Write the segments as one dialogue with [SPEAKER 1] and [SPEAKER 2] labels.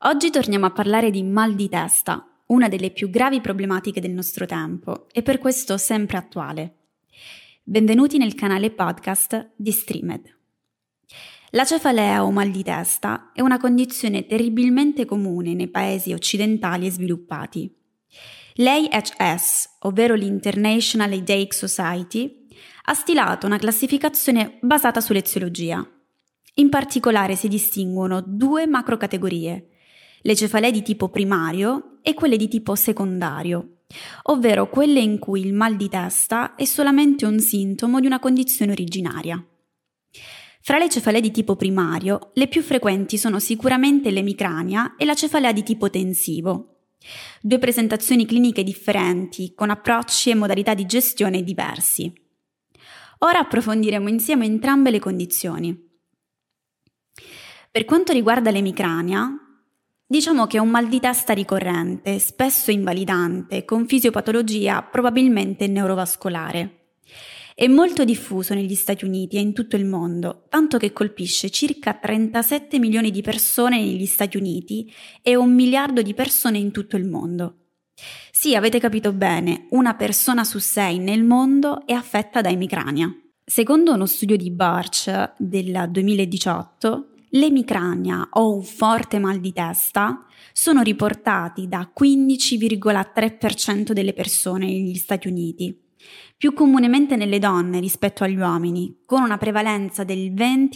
[SPEAKER 1] Oggi torniamo a parlare di mal di testa, una delle più gravi problematiche del nostro tempo e per questo sempre attuale. Benvenuti nel canale podcast di Streamed. La cefalea o mal di testa è una condizione terribilmente comune nei paesi occidentali e sviluppati. L'IHS, ovvero l'International Headache Society, ha stilato una classificazione basata sull'eziologia. In particolare si distinguono due macrocategorie: le cefalee di tipo primario e quelle di tipo secondario, ovvero quelle in cui il mal di testa è solamente un sintomo di una condizione originaria. Fra le cefalee di tipo primario, le più frequenti sono sicuramente l'emicrania e la cefalea di tipo tensivo, due presentazioni cliniche differenti, con approcci e modalità di gestione diversi. Ora approfondiremo insieme entrambe le condizioni. Per quanto riguarda l'emicrania, diciamo che è un mal di testa ricorrente, spesso invalidante, con fisiopatologia probabilmente neurovascolare. È molto diffuso negli Stati Uniti e in tutto il mondo, tanto che colpisce circa 37 milioni di persone negli Stati Uniti e 1 miliardo di persone in tutto il mondo. Sì, avete capito bene, una persona su 6 nel mondo è affetta da emicrania. Secondo uno studio di Barch del 2018, l'emicrania o un forte mal di testa sono riportati da 15,3% delle persone negli Stati Uniti, più comunemente nelle donne rispetto agli uomini, con una prevalenza del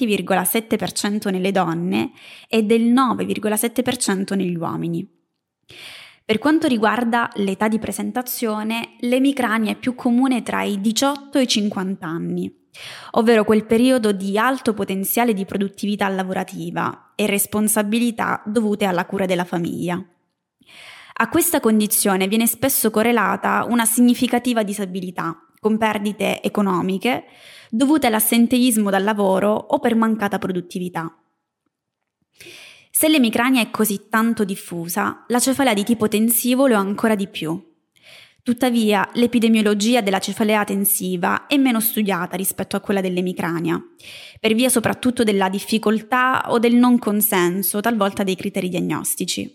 [SPEAKER 1] 20,7% nelle donne e del 9,7% negli uomini. Per quanto riguarda l'età di presentazione, l'emicrania è più comune tra i 18 e i 50 anni, ovvero quel periodo di alto potenziale di produttività lavorativa e responsabilità dovute alla cura della famiglia. A questa condizione viene spesso correlata una significativa disabilità, con perdite economiche dovute all'assenteismo dal lavoro o per mancata produttività. Se l'emicrania è così tanto diffusa, la cefalea di tipo tensivo lo è ancora di più. Tuttavia, l'epidemiologia della cefalea tensiva è meno studiata rispetto a quella dell'emicrania, per via soprattutto della difficoltà o del non consenso, talvolta dei criteri diagnostici.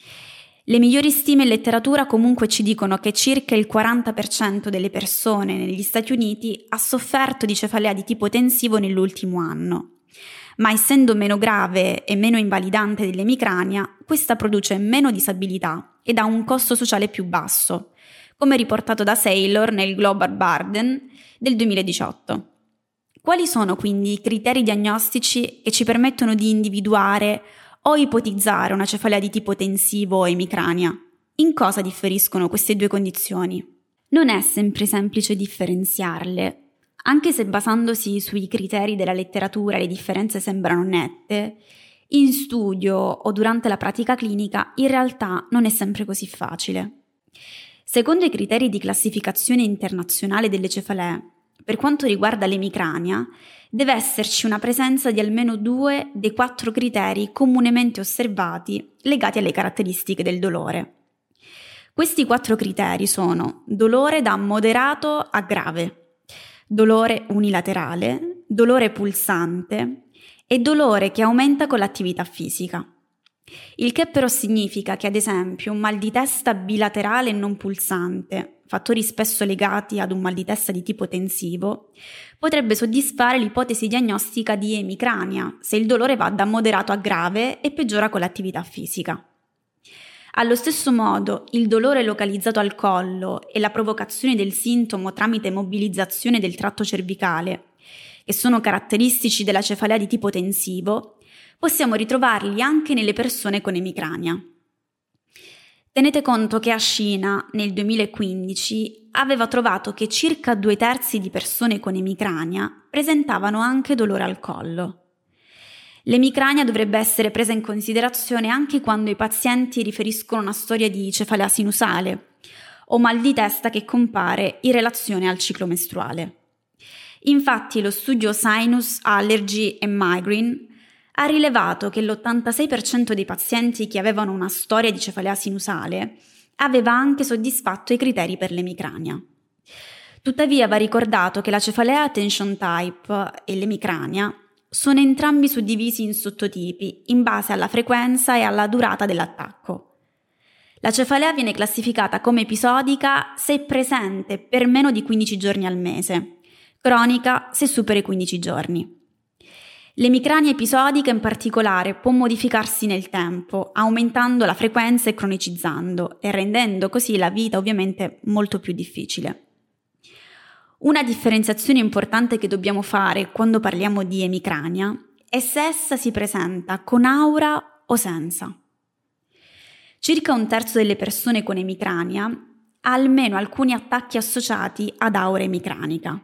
[SPEAKER 1] Le migliori stime in letteratura comunque ci dicono che circa il 40% delle persone negli Stati Uniti ha sofferto di cefalea di tipo tensivo nell'ultimo anno. Ma essendo meno grave e meno invalidante dell'emicrania, questa produce meno disabilità ed ha un costo sociale più basso, come riportato da Saylor nel Global Burden del 2018. Quali sono quindi i criteri diagnostici che ci permettono di individuare o ipotizzare una cefalea di tipo tensivo o emicrania? In cosa differiscono queste due condizioni? Non è sempre semplice differenziarle. Anche se basandosi sui criteri della letteratura le differenze sembrano nette, in studio o durante la pratica clinica in realtà non è sempre così facile. Secondo i criteri di classificazione internazionale delle cefalee, per quanto riguarda l'emicrania, deve esserci una presenza di almeno 2 dei 4 criteri comunemente osservati legati alle caratteristiche del dolore. Questi 4 criteri sono dolore da moderato a grave, dolore unilaterale, dolore pulsante e dolore che aumenta con l'attività fisica. Il che però significa che ad esempio un mal di testa bilaterale e non pulsante, fattori spesso legati ad un mal di testa di tipo tensivo, potrebbe soddisfare l'ipotesi diagnostica di emicrania se il dolore va da moderato a grave e peggiora con l'attività fisica. Allo stesso modo, il dolore localizzato al collo e la provocazione del sintomo tramite mobilizzazione del tratto cervicale, che sono caratteristici della cefalea di tipo tensivo, possiamo ritrovarli anche nelle persone con emicrania. Tenete conto che Ashina, nel 2015, aveva trovato che circa 2/3 di persone con emicrania presentavano anche dolore al collo. L'emicrania dovrebbe essere presa in considerazione anche quando i pazienti riferiscono una storia di cefalea sinusale o mal di testa che compare in relazione al ciclo mestruale. Infatti lo studio Sinus Allergy and Migraine ha rilevato che l'86% dei pazienti che avevano una storia di cefalea sinusale aveva anche soddisfatto i criteri per l'emicrania. Tuttavia va ricordato che la cefalea attention type e l'emicrania sono entrambi suddivisi in sottotipi in base alla frequenza e alla durata dell'attacco. La cefalea viene classificata come episodica se è presente per meno di 15 giorni al mese, cronica se supera i 15 giorni. L'emicrania episodica in particolare può modificarsi nel tempo, aumentando la frequenza e cronicizzando, e rendendo così la vita ovviamente molto più difficile. Una differenziazione importante che dobbiamo fare quando parliamo di emicrania è se essa si presenta con aura o senza. Circa un terzo delle persone con emicrania ha almeno alcuni attacchi associati ad aura emicranica.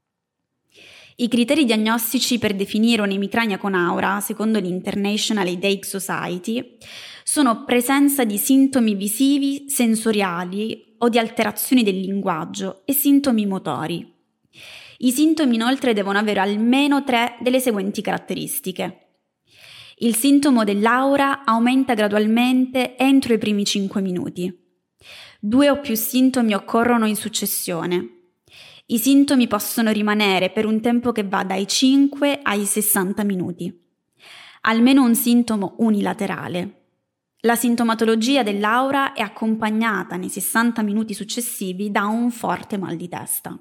[SPEAKER 1] I criteri diagnostici per definire un'emicrania con aura, secondo l'International Headache Society, sono presenza di sintomi visivi, sensoriali o di alterazioni del linguaggio e sintomi motori. I sintomi inoltre devono avere almeno 3 delle seguenti caratteristiche. Il sintomo dell'aura aumenta gradualmente entro i primi 5 minuti. 2 o più sintomi occorrono in successione. I sintomi possono rimanere per un tempo che va dai 5 ai 60 minuti. Almeno un sintomo unilaterale. La sintomatologia dell'aura è accompagnata nei 60 minuti successivi da un forte mal di testa.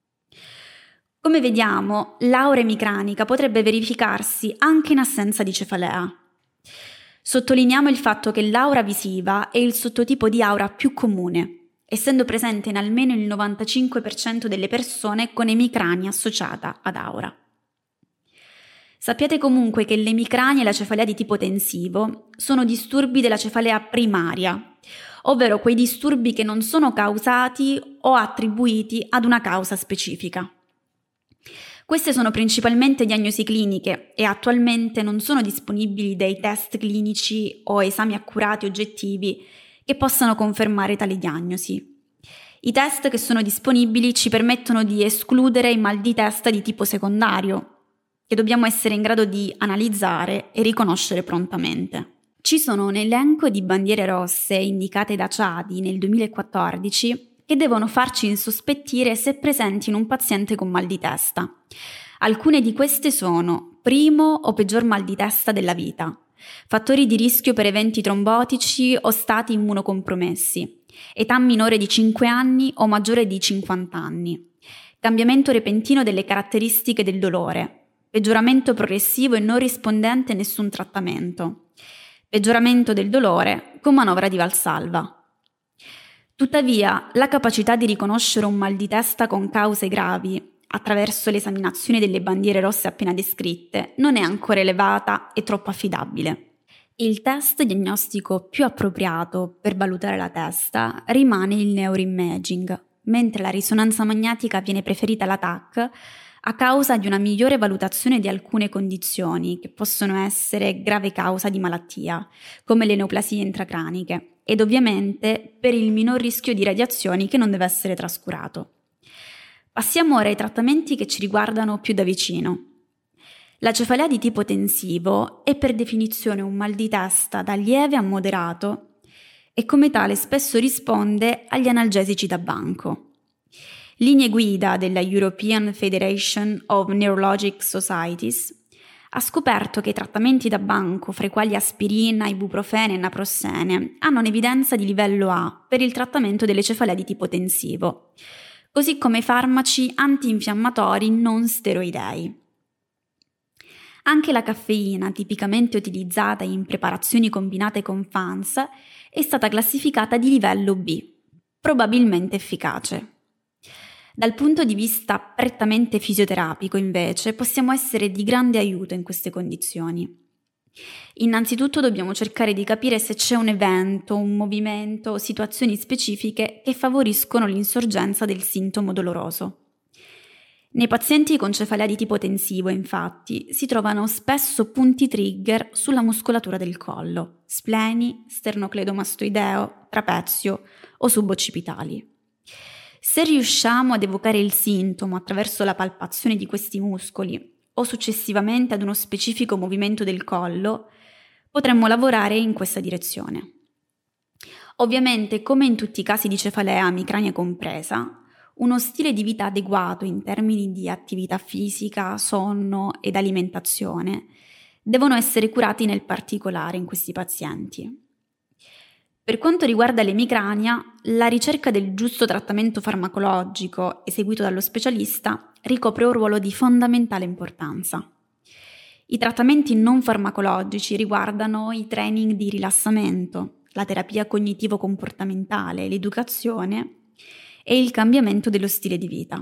[SPEAKER 1] Come vediamo, l'aura emicranica potrebbe verificarsi anche in assenza di cefalea. Sottolineiamo il fatto che l'aura visiva è il sottotipo di aura più comune, essendo presente in almeno il 95% delle persone con emicrania associata ad aura. Sappiate comunque che l'emicrania e la cefalea di tipo tensivo sono disturbi della cefalea primaria, ovvero quei disturbi che non sono causati o attribuiti ad una causa specifica. Queste sono principalmente diagnosi cliniche e attualmente non sono disponibili dei test clinici o esami accurati oggettivi che possano confermare tale diagnosi. I test che sono disponibili ci permettono di escludere i mal di testa di tipo secondario, che dobbiamo essere in grado di analizzare e riconoscere prontamente. Ci sono un elenco di bandiere rosse indicate da CHADI nel 2014 che devono farci insospettire se presenti in un paziente con mal di testa. Alcune di queste sono primo o peggior mal di testa della vita, fattori di rischio per eventi trombotici o stati immunocompromessi, età minore di 5 anni o maggiore di 50 anni, cambiamento repentino delle caratteristiche del dolore, peggioramento progressivo e non rispondente a nessun trattamento, peggioramento del dolore con manovra di Valsalva. Tuttavia, la capacità di riconoscere un mal di testa con cause gravi attraverso l'esaminazione delle bandiere rosse appena descritte non è ancora elevata e troppo affidabile. Il test diagnostico più appropriato per valutare la testa rimane il neuroimaging, mentre la risonanza magnetica viene preferita alla TAC a causa di una migliore valutazione di alcune condizioni che possono essere grave causa di malattia, come le neoplasie intracraniche, ed ovviamente per il minor rischio di radiazioni che non deve essere trascurato. Passiamo ora ai trattamenti che ci riguardano più da vicino. La cefalea di tipo tensivo è per definizione un mal di testa da lieve a moderato e come tale spesso risponde agli analgesici da banco. Linee guida della European Federation of Neurologic Societies ha scoperto che i trattamenti da banco, fra i quali aspirina, ibuprofene e naprossene, hanno un'evidenza di livello A per il trattamento delle cefalee di tipo tensivo, così come i farmaci antinfiammatori non steroidei. Anche la caffeina, tipicamente utilizzata in preparazioni combinate con FANS, è stata classificata di livello B, probabilmente efficace. Dal punto di vista prettamente fisioterapico, invece, possiamo essere di grande aiuto in queste condizioni. Innanzitutto dobbiamo cercare di capire se c'è un evento, un movimento o situazioni specifiche che favoriscono l'insorgenza del sintomo doloroso. Nei pazienti con cefalea di tipo tensivo, infatti, si trovano spesso punti trigger sulla muscolatura del collo, spleni, sternocleidomastoideo, trapezio o suboccipitali. Se riusciamo ad evocare il sintomo attraverso la palpazione di questi muscoli o successivamente ad uno specifico movimento del collo, potremmo lavorare in questa direzione. Ovviamente, come in tutti i casi di cefalea, emicrania compresa, uno stile di vita adeguato in termini di attività fisica, sonno ed alimentazione devono essere curati nel particolare in questi pazienti. Per quanto riguarda l'emicrania, la ricerca del giusto trattamento farmacologico eseguito dallo specialista ricopre un ruolo di fondamentale importanza. I trattamenti non farmacologici riguardano i training di rilassamento, la terapia cognitivo-comportamentale, l'educazione e il cambiamento dello stile di vita.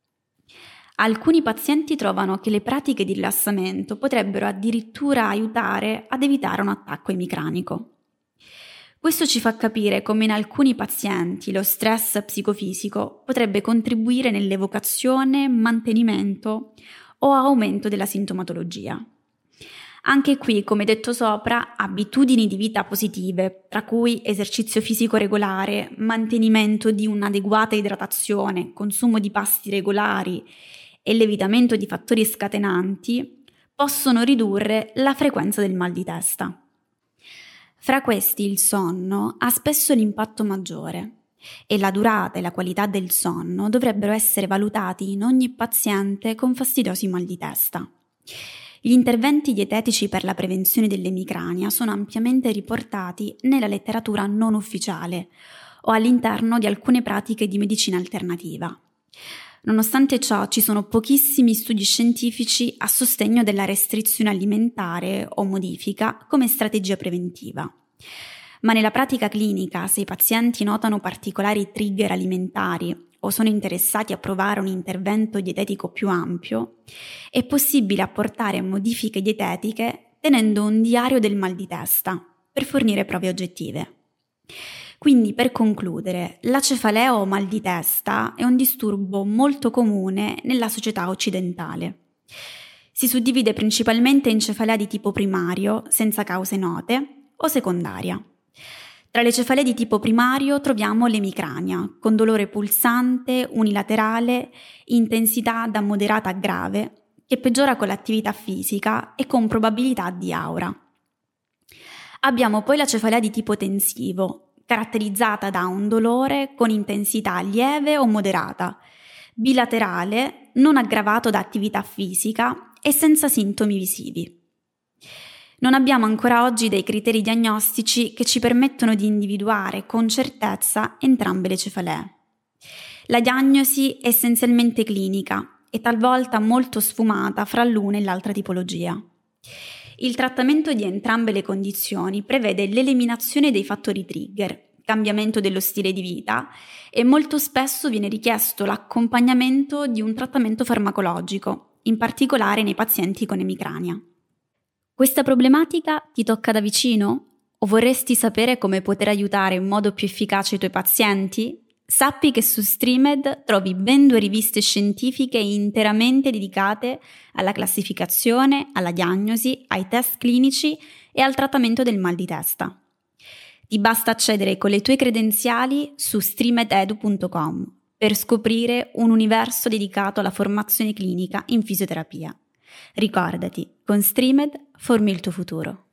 [SPEAKER 1] Alcuni pazienti trovano che le pratiche di rilassamento potrebbero addirittura aiutare ad evitare un attacco emicranico. Questo ci fa capire come in alcuni pazienti lo stress psicofisico potrebbe contribuire nell'evocazione, mantenimento o aumento della sintomatologia. Anche qui, come detto sopra, abitudini di vita positive, tra cui esercizio fisico regolare, mantenimento di un'adeguata idratazione, consumo di pasti regolari e l'evitamento di fattori scatenanti, possono ridurre la frequenza del mal di testa. Fra questi il sonno ha spesso l'impatto maggiore e la durata e la qualità del sonno dovrebbero essere valutati in ogni paziente con fastidiosi mal di testa. Gli interventi dietetici per la prevenzione dell'emicrania sono ampiamente riportati nella letteratura non ufficiale o all'interno di alcune pratiche di medicina alternativa. Nonostante ciò, ci sono pochissimi studi scientifici a sostegno della restrizione alimentare o modifica come strategia preventiva. Ma nella pratica clinica, se i pazienti notano particolari trigger alimentari o sono interessati a provare un intervento dietetico più ampio, è possibile apportare modifiche dietetiche tenendo un diario del mal di testa per fornire prove oggettive. Quindi, per concludere, la cefalea o mal di testa è un disturbo molto comune nella società occidentale. Si suddivide principalmente in cefalea di tipo primario, senza cause note, o secondaria. Tra le cefalee di tipo primario troviamo l'emicrania, con dolore pulsante, unilaterale, intensità da moderata a grave, che peggiora con l'attività fisica e con probabilità di aura. Abbiamo poi la cefalea di tipo tensivo, caratterizzata da un dolore con intensità lieve o moderata, bilaterale, non aggravato da attività fisica e senza sintomi visivi. Non abbiamo ancora oggi dei criteri diagnostici che ci permettono di individuare con certezza entrambe le cefalee. La diagnosi è essenzialmente clinica e talvolta molto sfumata fra l'una e l'altra tipologia. Il trattamento di entrambe le condizioni prevede l'eliminazione dei fattori trigger, cambiamento dello stile di vita e molto spesso viene richiesto l'accompagnamento di un trattamento farmacologico, in particolare nei pazienti con emicrania. Questa problematica ti tocca da vicino? O vorresti sapere come poter aiutare in modo più efficace i tuoi pazienti? Sappi che su Streamed trovi ben 2 riviste scientifiche interamente dedicate alla classificazione, alla diagnosi, ai test clinici e al trattamento del mal di testa. Ti basta accedere con le tue credenziali su streamededu.com per scoprire un universo dedicato alla formazione clinica in fisioterapia. Ricordati, con Streamed formi il tuo futuro.